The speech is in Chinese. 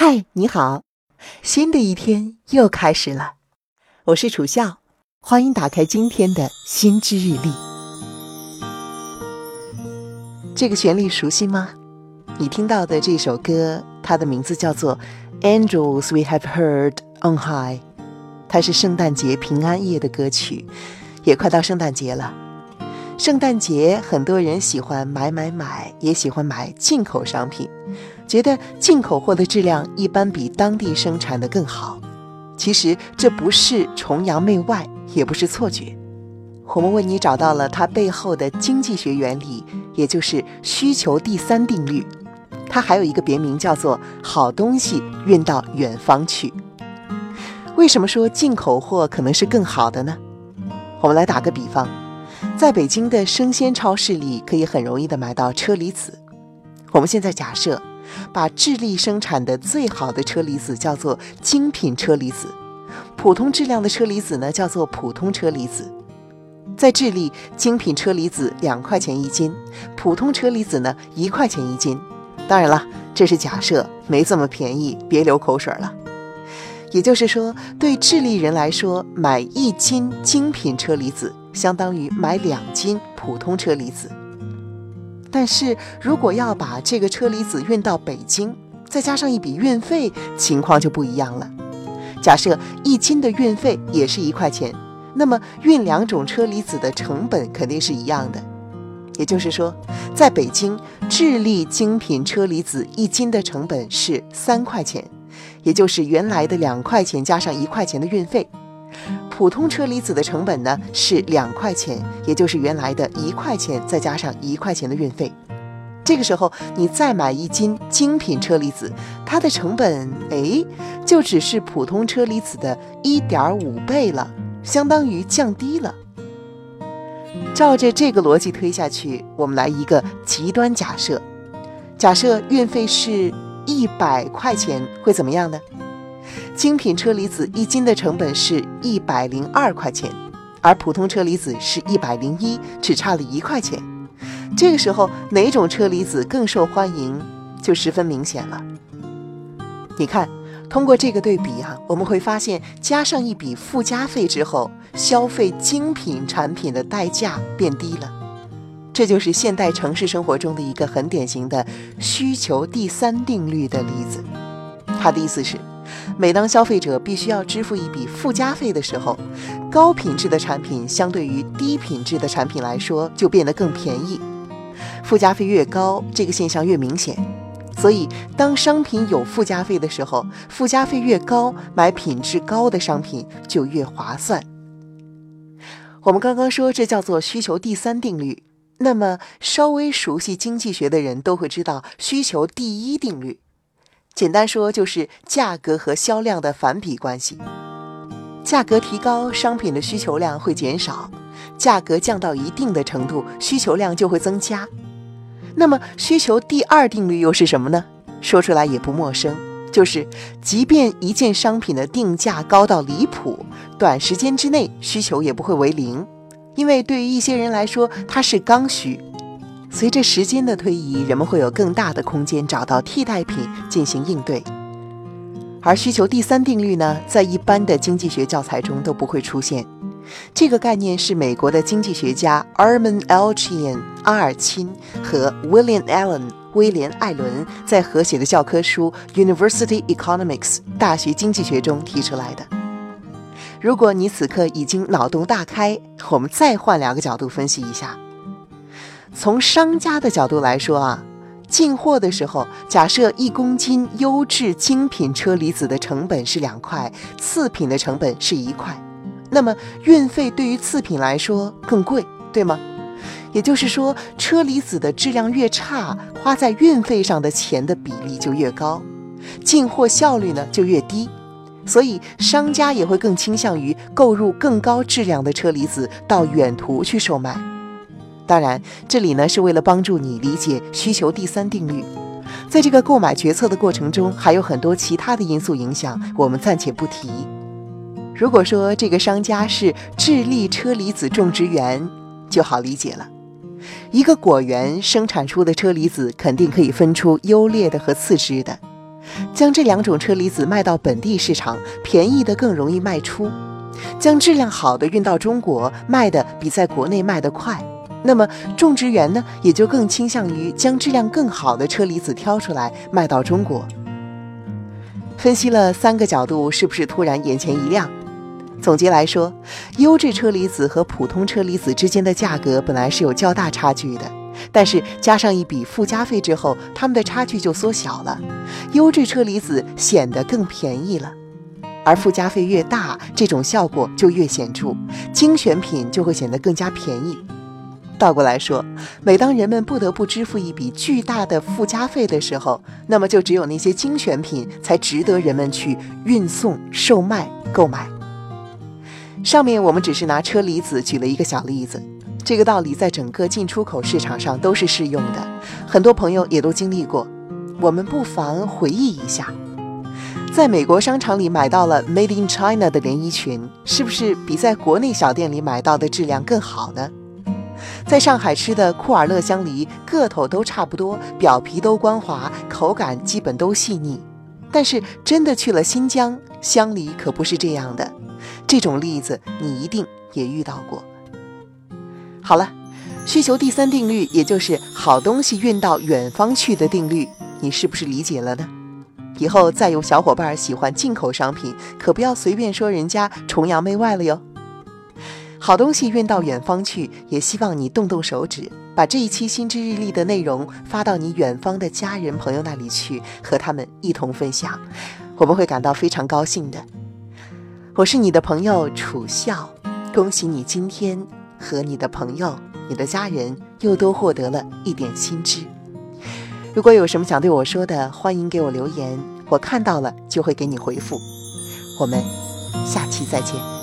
嗨，你好，新的一天又开始了，我是楚笑，欢迎打开今天的心之日历。这个旋律熟悉吗？你听到的这首歌，它的名字叫做 Angels We Have Heard on High， 它是圣诞节平安夜的歌曲，也快到圣诞节了。圣诞节很多人喜欢买，也喜欢买进口商品，觉得进口货的质量一般比当地生产的更好。其实这不是崇洋媚外，也不是错觉。我们为你找到了它背后的经济学原理，也就是需求第三定律。它还有一个别名叫做好东西运到远方去。为什么说进口货可能是更好的呢？我们来打个比方，在北京的生鲜超市里可以很容易的买到车厘子。我们现在假设把智利生产的最好的车厘子叫做精品车厘子，普通质量的车厘子呢叫做普通车厘子。在智利，精品车厘子2块钱一斤，普通车厘子呢1块钱一斤。当然了，这是假设，没这么便宜，别流口水了。也就是说，对智利人来说，买1斤精品车厘子相当于买2斤普通车厘子。但是如果要把这个车厘子运到北京，再加上一笔运费，情况就不一样了。假设1斤的运费也是1块钱，那么运2种车厘子的成本肯定是一样的。也就是说，在北京，智利精品车厘子1斤的成本是3块钱，也就是原来的2块钱加上1块钱的运费。普通车厘子的成本呢是2块钱，也就是原来的1块钱再加上1块钱的运费。这个时候你再买1斤精品车厘子，它的成本就只是普通车厘子的 1.5 倍了，相当于降低了。照着这个逻辑推下去，我们来一个极端假设，假设运费是100块钱，会怎么样呢？精品车厘子1斤的成本是102块钱，而普通车厘子是101，只差了1块钱。这个时候哪种车厘子更受欢迎就十分明显了。你看，通过这个对比我们会发现加上一笔附加费之后，消费精品产品的代价变低了。这就是现代城市生活中的一个很典型的需求第三定律的例子。它的意思是，每当消费者必须要支付一笔附加费的时候，高品质的产品相对于低品质的产品来说就变得更便宜。附加费越高，这个现象越明显。所以当商品有附加费的时候，附加费越高，买品质高的商品就越划算。我们刚刚说这叫做需求第三定律，那么稍微熟悉经济学的人都会知道需求第一定律。简单说就是价格和销量的反比关系。价格提高，商品的需求量会减少；价格降到一定的程度，需求量就会增加。那么需求第二定律又是什么呢？说出来也不陌生，就是即便一件商品的定价高到离谱，短时间之内需求也不会为零，因为对于一些人来说它是刚需。随着时间的推移，人们会有更大的空间找到替代品进行应对。而需求第三定律呢，在一般的经济学教材中都不会出现。这个概念是美国的经济学家 Armand Alchian 阿尔钦和 William Allen 威廉艾伦在合写的教科书 University Economics 大学经济学中提出来的。如果你此刻已经脑洞大开，我们再换2个角度分析一下。从商家的角度来说进货的时候，假设1公斤优质精品车厘子的成本是2块，次品的成本是1块，那么运费对于次品来说更贵，对吗？也就是说，车厘子的质量越差，花在运费上的钱的比例就越高，进货效率呢就越低，所以商家也会更倾向于购入更高质量的车厘子到远途去售卖。当然，这里呢是为了帮助你理解需求第三定律。在这个购买决策的过程中，还有很多其他的因素影响，我们暂且不提。如果说这个商家是智利车厘子种植园，就好理解了。一个果园生产出的车厘子肯定可以分出优劣的和次之的。 将这两种车厘子卖到本地市场，便宜的更容易卖出；将质量好的运到中国，卖的比在国内卖得快。那么种植园呢，也就更倾向于将质量更好的车厘子挑出来卖到中国。分析了3个角度，是不是突然眼前一亮？总结来说，优质车厘子和普通车厘子之间的价格本来是有较大差距的，但是加上一笔附加费之后，它们的差距就缩小了，优质车厘子显得更便宜了。而附加费越大，这种效果就越显著，精选品就会显得更加便宜。倒过来说，每当人们不得不支付一笔巨大的附加费的时候，那么就只有那些精选品才值得人们去运送、售卖、购买。上面我们只是拿车厘子举了一个小例子，这个道理在整个进出口市场上都是适用的，很多朋友也都经历过。我们不妨回忆一下，在美国商场里买到了 Made in China 的连衣裙，是不是比在国内小店里买到的质量更好呢？在上海吃的库尔勒香梨，个头都差不多，表皮都光滑，口感基本都细腻。但是真的去了新疆，香梨可不是这样的。这种例子你一定也遇到过。好了，需求第3定律，也就是好东西运到远方去的定律，你是不是理解了呢？以后再有小伙伴喜欢进口商品，可不要随便说人家崇洋媚外了哟。好东西运到远方去，也希望你动动手指，把这一期心知日历的内容发到你远方的家人朋友那里去，和他们一同分享，我们会感到非常高兴的。我是你的朋友楚笑，恭喜你今天和你的朋友、你的家人又都获得了一点新知。如果有什么想对我说的，欢迎给我留言，我看到了就会给你回复。我们下期再见。